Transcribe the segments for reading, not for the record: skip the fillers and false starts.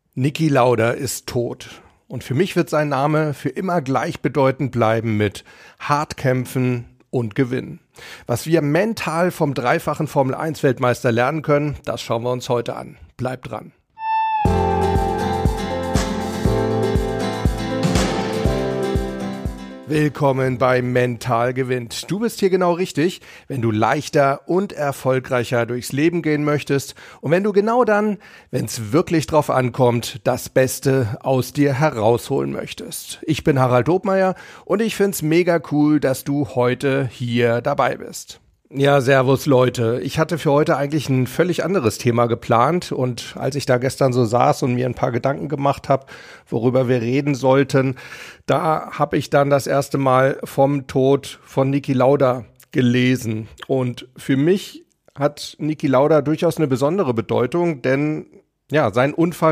Niki Lauda ist tot. Und für mich wird sein Name für immer gleichbedeutend bleiben mit hart kämpfen und gewinnen. Was wir mental vom dreifachen Formel-1-Weltmeister lernen können, das schauen wir uns heute an. Bleibt dran. Willkommen bei Mental gewinnt. Du bist hier genau richtig, wenn du leichter und erfolgreicher durchs Leben gehen möchtest und wenn du genau dann, wenn es wirklich drauf ankommt, das Beste aus dir herausholen möchtest. Ich bin Harald Dobmeier und ich find's mega cool, dass du heute hier dabei bist. Ja, servus Leute. Ich hatte für heute eigentlich ein völlig anderes Thema geplant und als ich da gestern so saß und mir ein paar Gedanken gemacht habe, worüber wir reden sollten, da habe ich dann das erste Mal vom Tod von Niki Lauda gelesen. Und für mich hat Niki Lauda durchaus eine besondere Bedeutung, denn ja, sein Unfall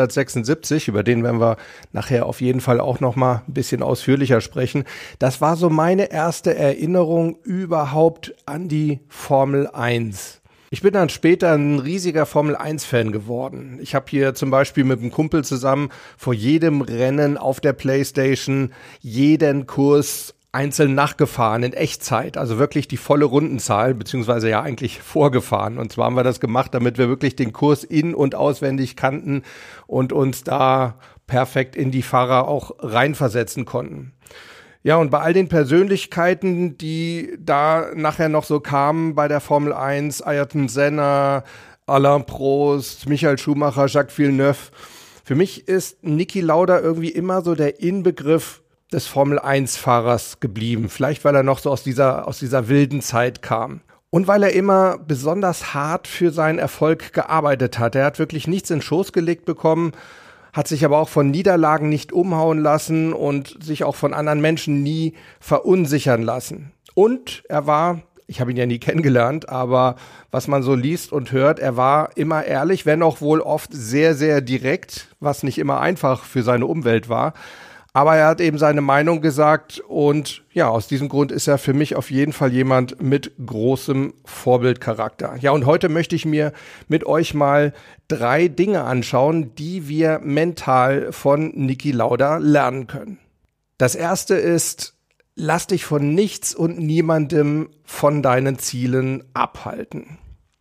1976, über den werden wir nachher auf jeden Fall auch noch mal ein bisschen ausführlicher sprechen, das war so meine erste Erinnerung überhaupt an die Formel 1. Ich bin dann später ein riesiger Formel-1-Fan geworden. Ich habe hier zum Beispiel mit einem Kumpel zusammen vor jedem Rennen auf der Playstation jeden Kurs einzeln nachgefahren in Echtzeit, also wirklich die volle Rundenzahl, beziehungsweise ja eigentlich vorgefahren. Und zwar haben wir das gemacht, damit wir wirklich den Kurs in- und auswendig kannten und uns da perfekt in die Fahrer auch reinversetzen konnten. Ja, und bei all den Persönlichkeiten, die da nachher noch so kamen bei der Formel 1, Ayrton Senna, Alain Prost, Michael Schumacher, Jacques Villeneuve, für mich ist Niki Lauda irgendwie immer so der Inbegriff des Formel-1-Fahrers geblieben. Vielleicht, weil er noch so aus dieser wilden Zeit kam. Und weil er immer besonders hart für seinen Erfolg gearbeitet hat. Er hat wirklich nichts in den Schoß gelegt bekommen, hat sich aber auch von Niederlagen nicht umhauen lassen und sich auch von anderen Menschen nie verunsichern lassen. Und er war, ich habe ihn ja nie kennengelernt, aber was man so liest und hört, er war immer ehrlich, wenn auch wohl oft sehr, sehr direkt, was nicht immer einfach für seine Umwelt war. Aber er hat eben seine Meinung gesagt und ja, aus diesem Grund ist er für mich auf jeden Fall jemand mit großem Vorbildcharakter. Ja, und heute möchte ich mir mit euch mal 3 Dinge anschauen, die wir mental von Niki Lauda lernen können. Das erste ist, lass dich von nichts und niemandem von deinen Zielen abhalten.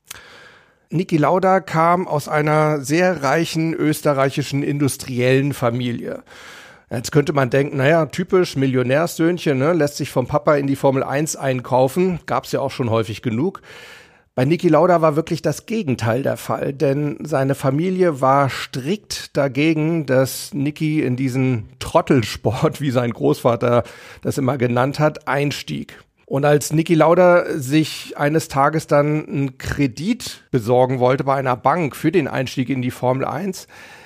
Niki Lauda kam aus einer sehr reichen österreichischen industriellen Familie. Jetzt könnte man denken, naja, typisch Millionärssöhnchen, ne, lässt sich vom Papa in die Formel 1 einkaufen, gab's ja auch schon häufig genug. Bei Niki Lauda war wirklich das Gegenteil der Fall, denn seine Familie war strikt dagegen, dass Niki in diesen Trottelsport, wie sein Großvater das immer genannt hat, einstieg. Und als Niki Lauda sich eines Tages dann einen Kredit besorgen wollte bei einer Bank für den Einstieg in die Formel 1,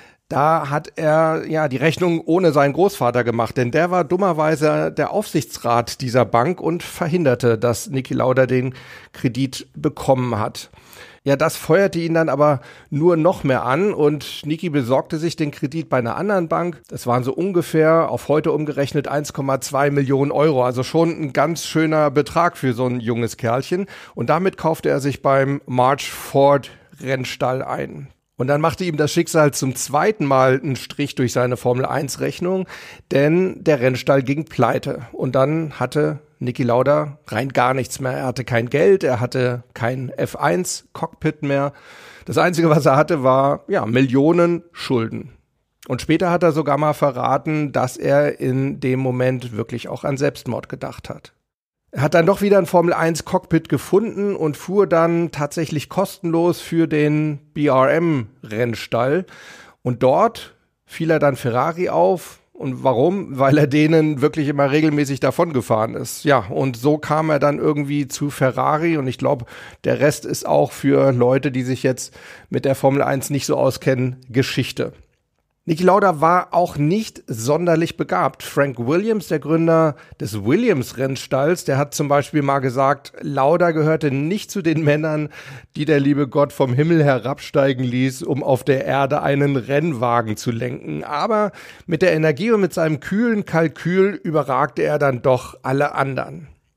da hat er ja die Rechnung ohne seinen Großvater gemacht, denn der war dummerweise der Aufsichtsrat dieser Bank und verhinderte, dass Niki Lauda den Kredit bekommen hat. Ja, das feuerte ihn dann aber nur noch mehr an und Niki besorgte sich den Kredit bei einer anderen Bank. Das waren so ungefähr auf heute umgerechnet 1,2 Millionen Euro, also schon ein ganz schöner Betrag für so ein junges Kerlchen. Und damit kaufte er sich beim March Ford Rennstall ein. Und dann machte ihm das Schicksal zum zweiten Mal einen Strich durch seine Formel-1-Rechnung, denn der Rennstall ging pleite. Und dann hatte Niki Lauda rein gar nichts mehr. Er hatte kein Geld, er hatte kein F1-Cockpit mehr. Das Einzige, was er hatte, war ja Millionen Schulden. Und später hat er sogar mal verraten, dass er in dem Moment wirklich auch an Selbstmord gedacht hat. Er hat dann doch wieder ein Formel-1-Cockpit gefunden und fuhr dann tatsächlich kostenlos für den BRM-Rennstall. Und dort fiel er dann Ferrari auf. Und warum? Weil er denen wirklich immer regelmäßig davongefahren ist. Ja, und so kam er dann irgendwie zu Ferrari. Und ich glaube, der Rest ist auch für Leute, die sich jetzt mit der Formel 1 nicht so auskennen, Geschichte. Niki Lauda war auch nicht sonderlich begabt. Frank Williams, der Gründer des Williams-Rennstalls, der hat zum Beispiel mal gesagt, Lauda gehörte nicht zu den Männern, die der liebe Gott vom Himmel herabsteigen ließ, um auf der Erde einen Rennwagen zu lenken. Aber mit der Energie und mit seinem kühlen Kalkül überragte er dann doch alle anderen.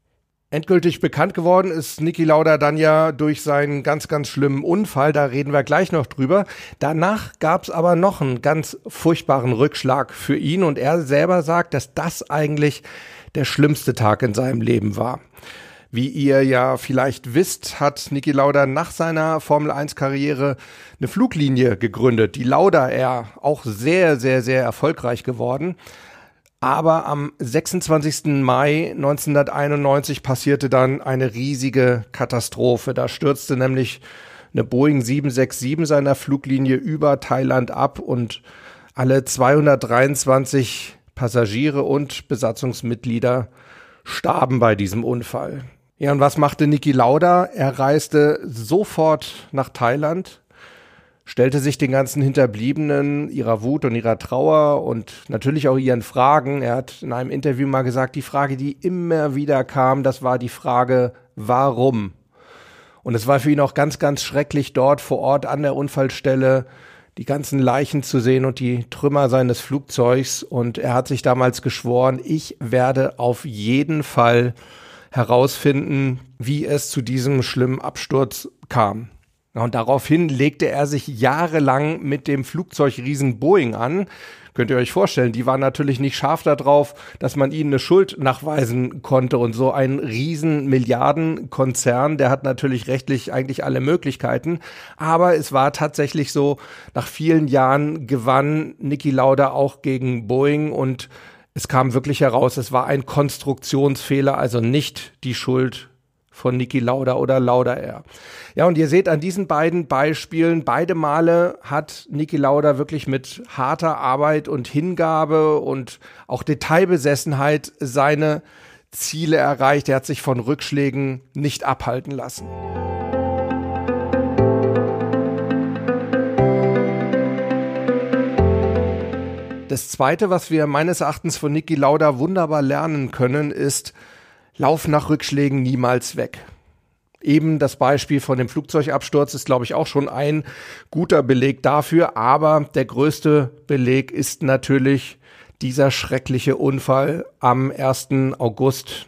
Endgültig bekannt geworden ist Niki Lauda dann ja durch seinen ganz, ganz schlimmen Unfall, da reden wir gleich noch drüber. Danach gab es aber noch einen ganz furchtbaren Rückschlag für ihn und er selber sagt, dass das eigentlich der schlimmste Tag in seinem Leben war. Wie ihr ja vielleicht wisst, hat Niki Lauda nach seiner Formel-1-Karriere eine Fluglinie gegründet, die Lauda Air, auch sehr, sehr, sehr erfolgreich geworden. Aber am 26. Mai 1991 passierte dann eine riesige Katastrophe. Da stürzte nämlich eine Boeing 767 seiner Fluglinie über Thailand ab und alle 223 Passagiere und Besatzungsmitglieder starben bei diesem Unfall. Ja, und was machte Niki Lauda? Er reiste sofort nach Thailand, stellte sich den ganzen Hinterbliebenen, ihrer Wut und ihrer Trauer und natürlich auch ihren Fragen. Er hat in einem Interview mal gesagt, die Frage, die immer wieder kam, das war die Frage, warum? Und es war für ihn auch ganz, ganz schrecklich, dort vor Ort an der Unfallstelle die ganzen Leichen zu sehen und die Trümmer seines Flugzeugs. Und er hat sich damals geschworen, ich werde auf jeden Fall herausfinden, wie es zu diesem schlimmen Absturz kam. Und daraufhin legte er sich jahrelang mit dem Flugzeugriesen Boeing an. Könnt ihr euch vorstellen, die waren natürlich nicht scharf darauf, dass man ihnen eine Schuld nachweisen konnte. Und so ein riesen Milliardenkonzern, der hat natürlich rechtlich eigentlich alle Möglichkeiten. Aber es war tatsächlich so, nach vielen Jahren gewann Niki Lauda auch gegen Boeing und es kam wirklich heraus, es war ein Konstruktionsfehler, also nicht die Schuld von Niki Lauda oder Lauda Air. Ja, und ihr seht an diesen beiden Beispielen, beide Male hat Niki Lauda wirklich mit harter Arbeit und Hingabe und auch Detailbesessenheit seine Ziele erreicht. Er hat sich von Rückschlägen nicht abhalten lassen. Das Zweite, was wir meines Erachtens von Niki Lauda wunderbar lernen können, ist, lauf nach Rückschlägen niemals weg. Eben das Beispiel von dem Flugzeugabsturz ist, glaube ich, auch schon ein guter Beleg dafür. Aber der größte Beleg ist natürlich dieser schreckliche Unfall am 1. August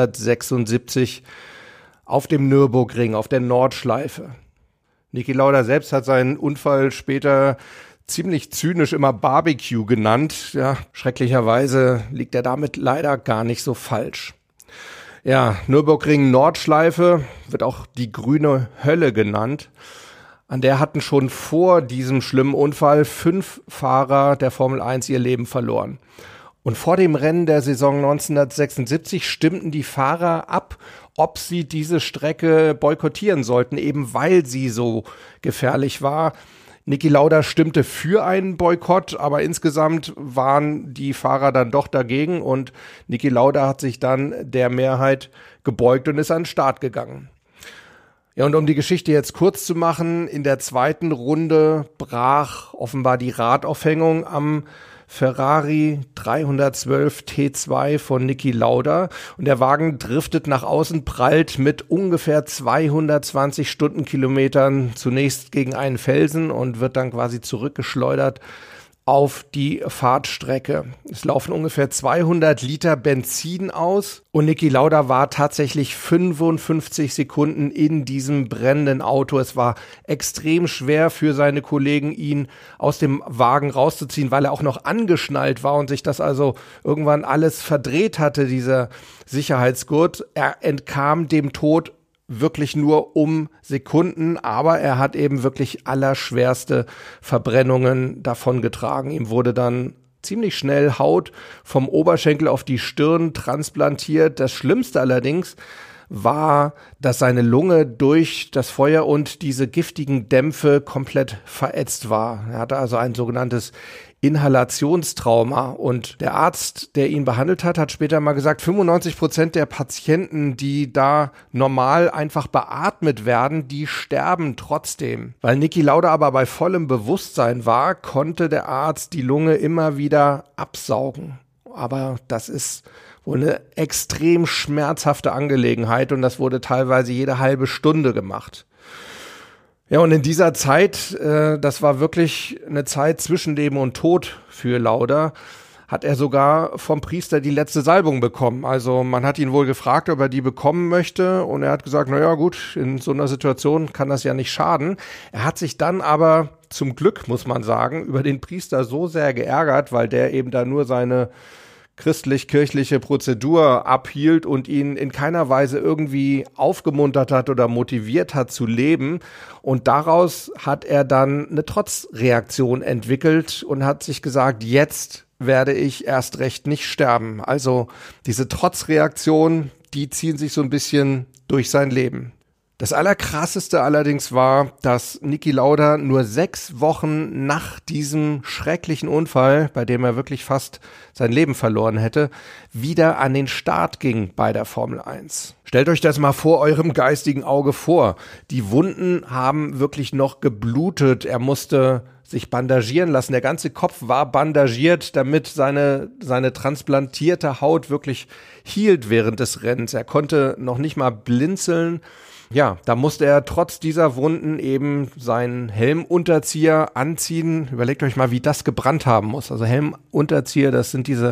1976 auf dem Nürburgring, auf der Nordschleife. Niki Lauda selbst hat seinen Unfall später ziemlich zynisch immer Barbecue genannt. Ja, schrecklicherweise liegt er damit leider gar nicht so falsch. Ja, Nürburgring Nordschleife wird auch die grüne Hölle genannt. An der hatten schon vor diesem schlimmen Unfall 5 Fahrer der Formel 1 ihr Leben verloren. Und vor dem Rennen der Saison 1976 stimmten die Fahrer ab, ob sie diese Strecke boykottieren sollten, eben weil sie so gefährlich war. Niki Lauda stimmte für einen Boykott, aber insgesamt waren die Fahrer dann doch dagegen und Niki Lauda hat sich dann der Mehrheit gebeugt und ist an den Start gegangen. Ja, und um die Geschichte jetzt kurz zu machen, in der zweiten Runde brach offenbar die Radaufhängung am Ferrari 312 T2 von Niki Lauda und der Wagen driftet nach außen, prallt mit ungefähr 220 Stundenkilometern zunächst gegen einen Felsen und wird dann quasi zurückgeschleudert auf die Fahrtstrecke. Es laufen ungefähr 200 Liter Benzin aus und Niki Lauda war tatsächlich 55 Sekunden in diesem brennenden Auto. Es war extrem schwer für seine Kollegen, ihn aus dem Wagen rauszuziehen, weil er auch noch angeschnallt war und sich das also irgendwann alles verdreht hatte, dieser Sicherheitsgurt. Er entkam dem Tod wirklich nur um Sekunden, aber er hat eben wirklich allerschwerste Verbrennungen davongetragen. Ihm wurde dann ziemlich schnell Haut vom Oberschenkel auf die Stirn transplantiert. Das Schlimmste allerdings war, dass seine Lunge durch das Feuer und diese giftigen Dämpfe komplett verätzt war. Er hatte also ein sogenanntes Inhalationstrauma und der Arzt, der ihn behandelt hat, hat später mal gesagt, 95% der Patienten, die da normal einfach beatmet werden, die sterben trotzdem. Weil Niki Lauda aber bei vollem Bewusstsein war, konnte der Arzt die Lunge immer wieder absaugen. Aber das ist wohl eine extrem schmerzhafte Angelegenheit und das wurde teilweise jede halbe Stunde gemacht. Ja, und in dieser Zeit, das war wirklich eine Zeit zwischen Leben und Tod für Lauda, hat er sogar vom Priester die letzte Salbung bekommen. Also man hat ihn wohl gefragt, ob er die bekommen möchte und er hat gesagt, naja gut, in so einer Situation kann das ja nicht schaden. Er hat sich dann aber zum Glück, muss man sagen, über den Priester so sehr geärgert, weil der eben da nur seine christlich-kirchliche Prozedur abhielt und ihn in keiner Weise irgendwie aufgemuntert hat oder motiviert hat zu leben. Und daraus hat er dann eine Trotzreaktion entwickelt und hat sich gesagt, jetzt werde ich erst recht nicht sterben. Also diese Trotzreaktion, die ziehen sich so ein bisschen durch sein Leben. Das Allerkrasseste allerdings war, dass Niki Lauda nur 6 Wochen nach diesem schrecklichen Unfall, bei dem er wirklich fast sein Leben verloren hätte, wieder an den Start ging bei der Formel 1. Stellt euch das mal vor eurem geistigen Auge vor. Die Wunden haben wirklich noch geblutet. Er musste sich bandagieren lassen. Der ganze Kopf war bandagiert, damit seine transplantierte Haut wirklich hielt während des Rennens. Er konnte noch nicht mal blinzeln. Ja, da musste er trotz dieser Wunden eben seinen Helmunterzieher anziehen. Überlegt euch mal, wie das gebrannt haben muss. Also Helmunterzieher, das sind diese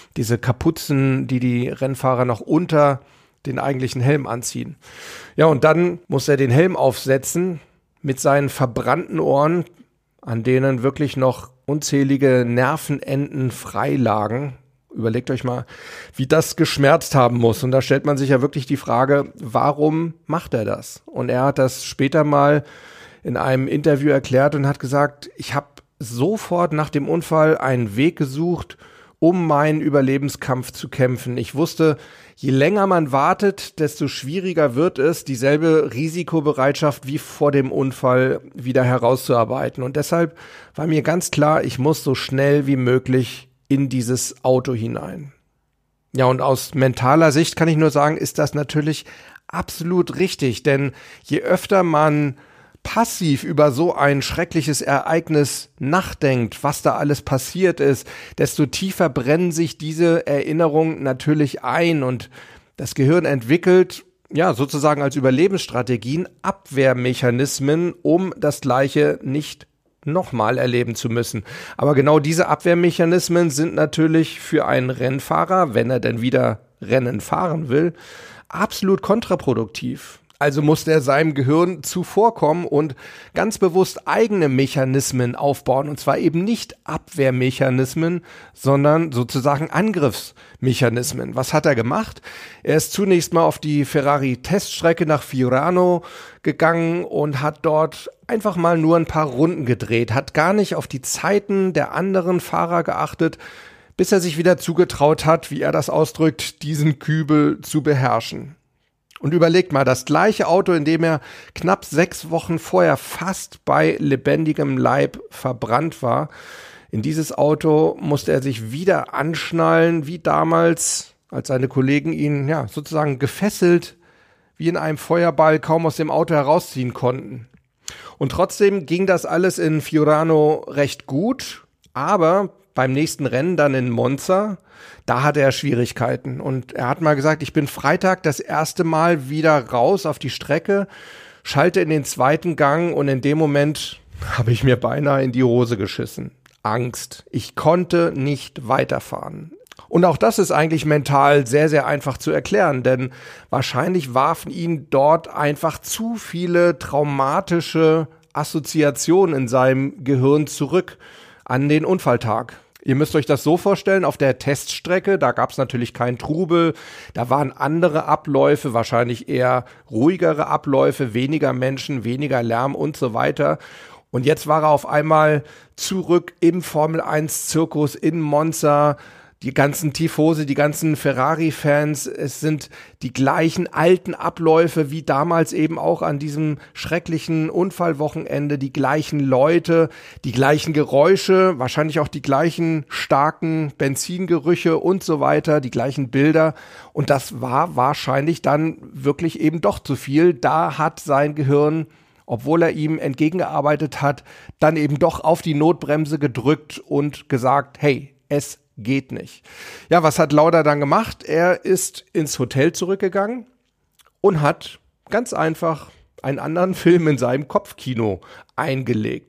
Kapuzen, die Rennfahrer noch unter den eigentlichen Helm anziehen. Ja, und dann muss er den Helm aufsetzen mit seinen verbrannten Ohren, an denen wirklich noch unzählige Nervenenden frei lagen. Überlegt euch mal, wie das geschmerzt haben muss. Und da stellt man sich ja wirklich die Frage, warum macht er das? Und er hat das später mal in einem Interview erklärt und hat gesagt, ich habe sofort nach dem Unfall einen Weg gesucht, um meinen Überlebenskampf zu kämpfen. Ich wusste, je länger man wartet, desto schwieriger wird es, dieselbe Risikobereitschaft wie vor dem Unfall wieder herauszuarbeiten. Und deshalb war mir ganz klar, ich muss so schnell wie möglich in dieses Auto hinein. Ja, und aus mentaler Sicht kann ich nur sagen, ist das natürlich absolut richtig, denn je öfter man passiv über so ein schreckliches Ereignis nachdenkt, was da alles passiert ist, desto tiefer brennen sich diese Erinnerungen natürlich ein und das Gehirn entwickelt, ja, sozusagen als Überlebensstrategien Abwehrmechanismen, um das Gleiche nicht nochmal erleben zu müssen. Aber genau diese Abwehrmechanismen sind natürlich für einen Rennfahrer, wenn er denn wieder Rennen fahren will, absolut kontraproduktiv. Also musste er seinem Gehirn zuvorkommen und ganz bewusst eigene Mechanismen aufbauen. Und zwar eben nicht Abwehrmechanismen, sondern sozusagen Angriffsmechanismen. Was hat er gemacht? Er ist zunächst mal auf die Ferrari-Teststrecke nach Fiorano gegangen und hat dort einfach mal nur ein paar Runden gedreht, hat gar nicht auf die Zeiten der anderen Fahrer geachtet, bis er sich wieder zugetraut hat, wie er das ausdrückt, diesen Kübel zu beherrschen. Und überlegt mal, das gleiche Auto, in dem er knapp 6 Wochen vorher fast bei lebendigem Leib verbrannt war, in dieses Auto musste er sich wieder anschnallen, wie damals, als seine Kollegen ihn ja sozusagen gefesselt, wie in einem Feuerball kaum aus dem Auto herausziehen konnten. Und trotzdem ging das alles in Fiorano recht gut, aber beim nächsten Rennen dann in Monza, da hatte er Schwierigkeiten und er hat mal gesagt, ich bin Freitag das erste Mal wieder raus auf die Strecke, schalte in den zweiten Gang und in dem Moment habe ich mir beinahe in die Hose geschissen. Angst. Ich konnte nicht weiterfahren. Und auch das ist eigentlich mental sehr, sehr einfach zu erklären, denn wahrscheinlich warfen ihn dort einfach zu viele traumatische Assoziationen in seinem Gehirn zurück an den Unfalltag. Ihr müsst euch das so vorstellen, auf der Teststrecke, da gab es natürlich keinen Trubel, da waren andere Abläufe, wahrscheinlich eher ruhigere Abläufe, weniger Menschen, weniger Lärm und so weiter. Und jetzt war er auf einmal zurück im Formel-1-Zirkus in Monza. Die ganzen Tifosi, die ganzen Ferrari-Fans, es sind die gleichen alten Abläufe wie damals eben auch an diesem schrecklichen Unfallwochenende, die gleichen Leute, die gleichen Geräusche, wahrscheinlich auch die gleichen starken Benzingerüche und so weiter, die gleichen Bilder. Und das war wahrscheinlich dann wirklich eben doch zu viel. Da hat sein Gehirn, obwohl er ihm entgegengearbeitet hat, dann eben doch auf die Notbremse gedrückt und gesagt, hey, es geht nicht. Ja, was hat Lauda dann gemacht? Er ist ins Hotel zurückgegangen und hat ganz einfach einen anderen Film in seinem Kopfkino eingelegt.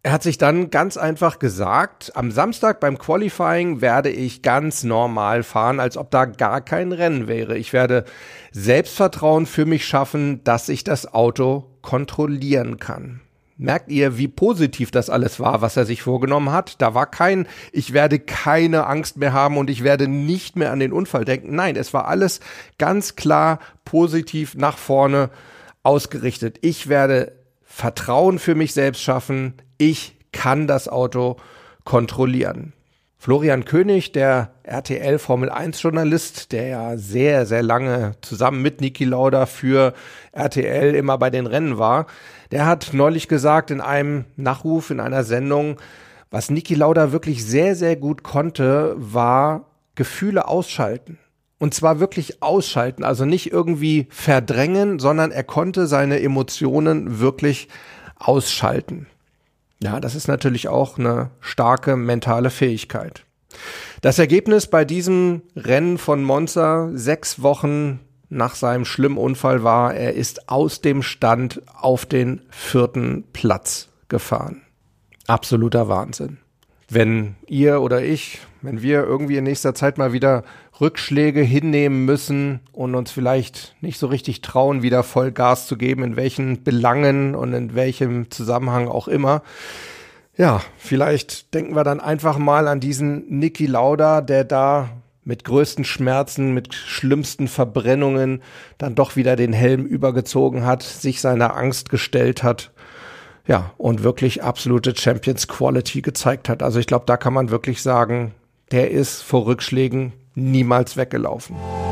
Er hat sich dann ganz einfach gesagt, am Samstag beim Qualifying werde ich ganz normal fahren, als ob da gar kein Rennen wäre. Ich werde Selbstvertrauen für mich schaffen, dass ich das Auto kontrollieren kann. Merkt ihr, wie positiv das alles war, was er sich vorgenommen hat? Da war ich werde keine Angst mehr haben und ich werde nicht mehr an den Unfall denken. Nein, es war alles ganz klar positiv nach vorne ausgerichtet. Ich werde Vertrauen für mich selbst schaffen. Ich kann das Auto kontrollieren. Florian König, der RTL Formel 1 Journalist, der ja sehr, sehr lange zusammen mit Niki Lauda für RTL immer bei den Rennen war, der hat neulich gesagt in einem Nachruf in einer Sendung, was Niki Lauda wirklich sehr, sehr gut konnte, war Gefühle ausschalten. Und zwar wirklich ausschalten, also nicht irgendwie verdrängen, sondern er konnte seine Emotionen wirklich ausschalten. Ja, das ist natürlich auch eine starke mentale Fähigkeit. Das Ergebnis bei diesem Rennen von Monza 6 Wochen nach seinem schlimmen Unfall war, er ist aus dem Stand auf den 4. Platz gefahren. Absoluter Wahnsinn. Wenn ihr oder ich, wenn wir irgendwie in nächster Zeit mal wieder Rückschläge hinnehmen müssen und uns vielleicht nicht so richtig trauen, wieder voll Gas zu geben, in welchen Belangen und in welchem Zusammenhang auch immer, ja, vielleicht denken wir dann einfach mal an diesen Niki Lauda, der da mit größten Schmerzen, mit schlimmsten Verbrennungen dann doch wieder den Helm übergezogen hat, sich seiner Angst gestellt hat. Ja, und wirklich absolute Champions Quality gezeigt hat. Also ich glaube, da kann man wirklich sagen, der ist vor Rückschlägen niemals weggelaufen.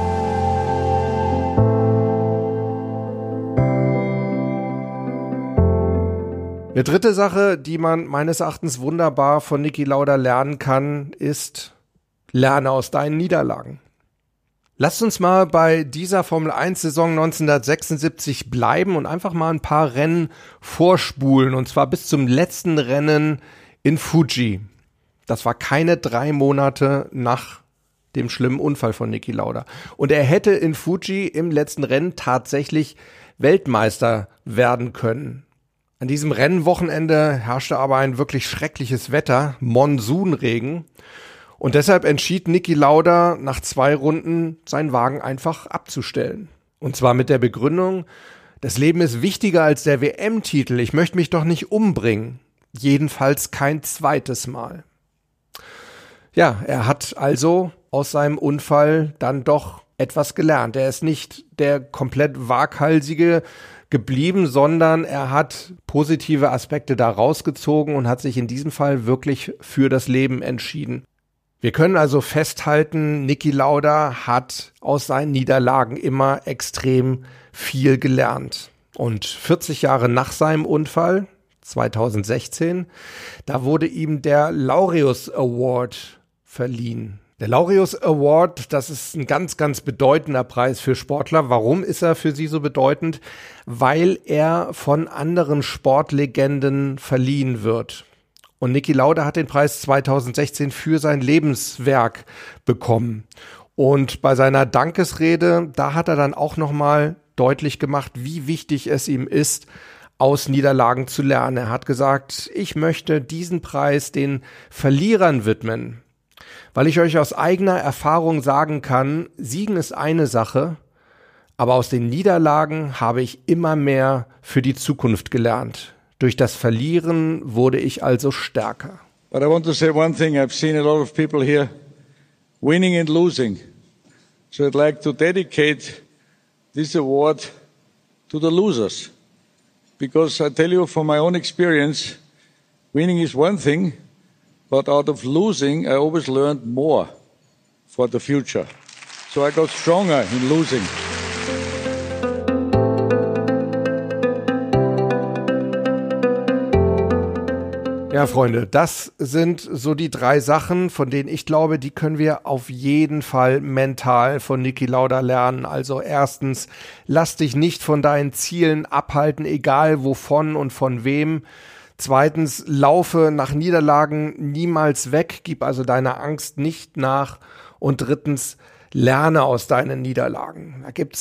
Eine dritte Sache, die man meines Erachtens wunderbar von Niki Lauda lernen kann, ist, lerne aus deinen Niederlagen. Lasst uns mal bei dieser Formel-1-Saison 1976 bleiben und einfach mal ein paar Rennen vorspulen, und zwar bis zum letzten Rennen in Fuji. Das war keine 3 Monate nach dem schlimmen Unfall von Niki Lauda. Und er hätte in Fuji im letzten Rennen tatsächlich Weltmeister werden können. An diesem Rennwochenende herrschte aber ein wirklich schreckliches Wetter, Monsunregen. Und deshalb entschied Niki Lauda nach 2 Runden, seinen Wagen einfach abzustellen. Und zwar mit der Begründung, das Leben ist wichtiger als der WM-Titel, ich möchte mich doch nicht umbringen. Jedenfalls kein zweites Mal. Ja, er hat also aus seinem Unfall dann doch etwas gelernt. Er ist nicht der komplett waghalsige geblieben, sondern er hat positive Aspekte da rausgezogen und hat sich in diesem Fall wirklich für das Leben entschieden. Wir können also festhalten, Niki Lauda hat aus seinen Niederlagen immer extrem viel gelernt. Und 40 Jahre nach seinem Unfall, 2016, da wurde ihm der Laureus Award verliehen. Der Laureus Award, das ist ein ganz, ganz bedeutender Preis für Sportler. Warum ist er für sie so bedeutend? Weil er von anderen Sportlegenden verliehen wird. Und Niki Lauda hat den Preis 2016 für sein Lebenswerk bekommen. Und bei seiner Dankesrede, da hat er dann auch nochmal deutlich gemacht, wie wichtig es ihm ist, aus Niederlagen zu lernen. Er hat gesagt, ich möchte diesen Preis den Verlierern widmen, weil ich euch aus eigener Erfahrung sagen kann, Siegen ist eine Sache, aber aus den Niederlagen habe ich immer mehr für die Zukunft gelernt. Durch das Verlieren wurde ich also stärker. But I want to say one thing. I've seen a lot of people here winning and losing. So I'd like to dedicate this award to the losers. Because I tell you from my own experience, winning is one thing, but out of losing, I always learned more for the future. So I got stronger in losing. Ja, Freunde, das sind so die 3 Sachen, von denen ich glaube, die können wir auf jeden Fall mental von Niki Lauda lernen. Also erstens, lass dich nicht von deinen Zielen abhalten, egal wovon und von wem. Zweitens, laufe nach Niederlagen niemals weg, gib also deiner Angst nicht nach. Und drittens, lerne aus deinen Niederlagen. Da gibt's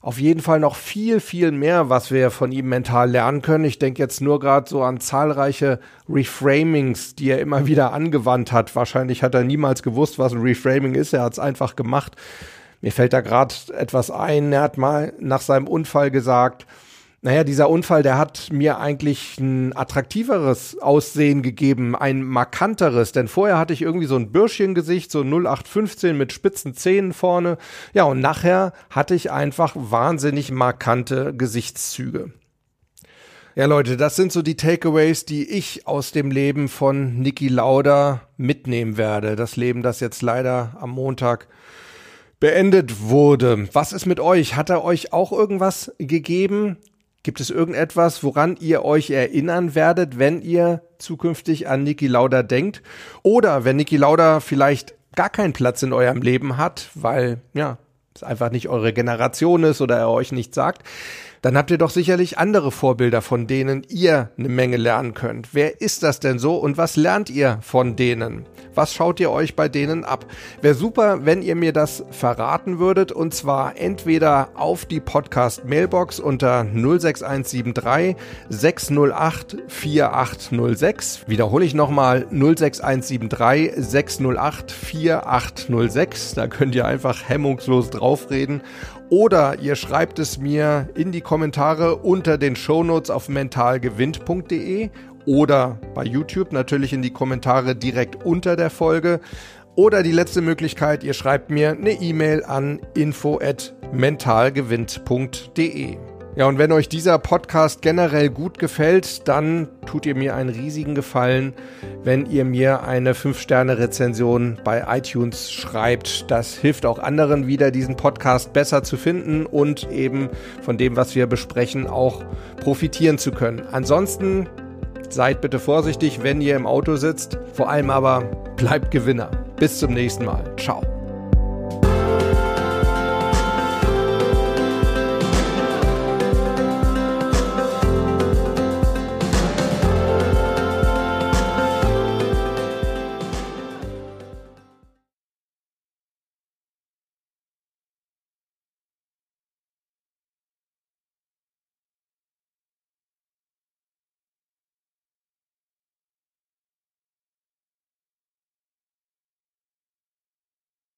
auf jeden Fall noch viel, viel mehr, was wir von ihm mental lernen können. Ich denke jetzt nur gerade so an zahlreiche Reframings, die er immer wieder angewandt hat. Wahrscheinlich hat er niemals gewusst, was ein Reframing ist. Er hat es einfach gemacht. Mir fällt da gerade etwas ein. Er hat mal nach seinem Unfall gesagt, naja, dieser Unfall, der hat mir eigentlich ein attraktiveres Aussehen gegeben, ein markanteres, denn vorher hatte ich irgendwie so ein Bürschchengesicht, so 0815 mit spitzen Zähnen vorne. Ja, und nachher hatte ich einfach wahnsinnig markante Gesichtszüge. Ja, Leute, das sind so die Takeaways, die ich aus dem Leben von Niki Lauda mitnehmen werde. Das Leben, das jetzt leider am Montag beendet wurde. Was ist mit euch? Hat er euch auch irgendwas gegeben? Gibt es irgendetwas, woran ihr euch erinnern werdet, wenn ihr zukünftig an Niki Lauda denkt? Oder wenn Niki Lauda vielleicht gar keinen Platz in eurem Leben hat, weil ja, es einfach nicht eure Generation ist oder er euch nichts sagt, dann habt ihr doch sicherlich andere Vorbilder, von denen ihr eine Menge lernen könnt. Wer ist das denn so und was lernt ihr von denen? Was schaut ihr euch bei denen ab? Wäre super, wenn ihr mir das verraten würdet, und zwar entweder auf die Podcast-Mailbox unter 06173 608 4806. Wiederhole ich nochmal 06173 608 4806. Da könnt ihr einfach hemmungslos draufreden. Oder ihr schreibt es mir in die Kommentare unter den Shownotes auf mentalgewinnt.de oder bei YouTube natürlich in die Kommentare direkt unter der Folge. Oder die letzte Möglichkeit, ihr schreibt mir eine E-Mail an info@mentalgewinnt.de. Ja, und wenn euch dieser Podcast generell gut gefällt, dann tut ihr mir einen riesigen Gefallen, wenn ihr mir eine 5-Sterne-Rezension bei iTunes schreibt. Das hilft auch anderen wieder, diesen Podcast besser zu finden und eben von dem, was wir besprechen, auch profitieren zu können. Ansonsten seid bitte vorsichtig, wenn ihr im Auto sitzt. Vor allem aber bleibt Gewinner. Bis zum nächsten Mal. Ciao.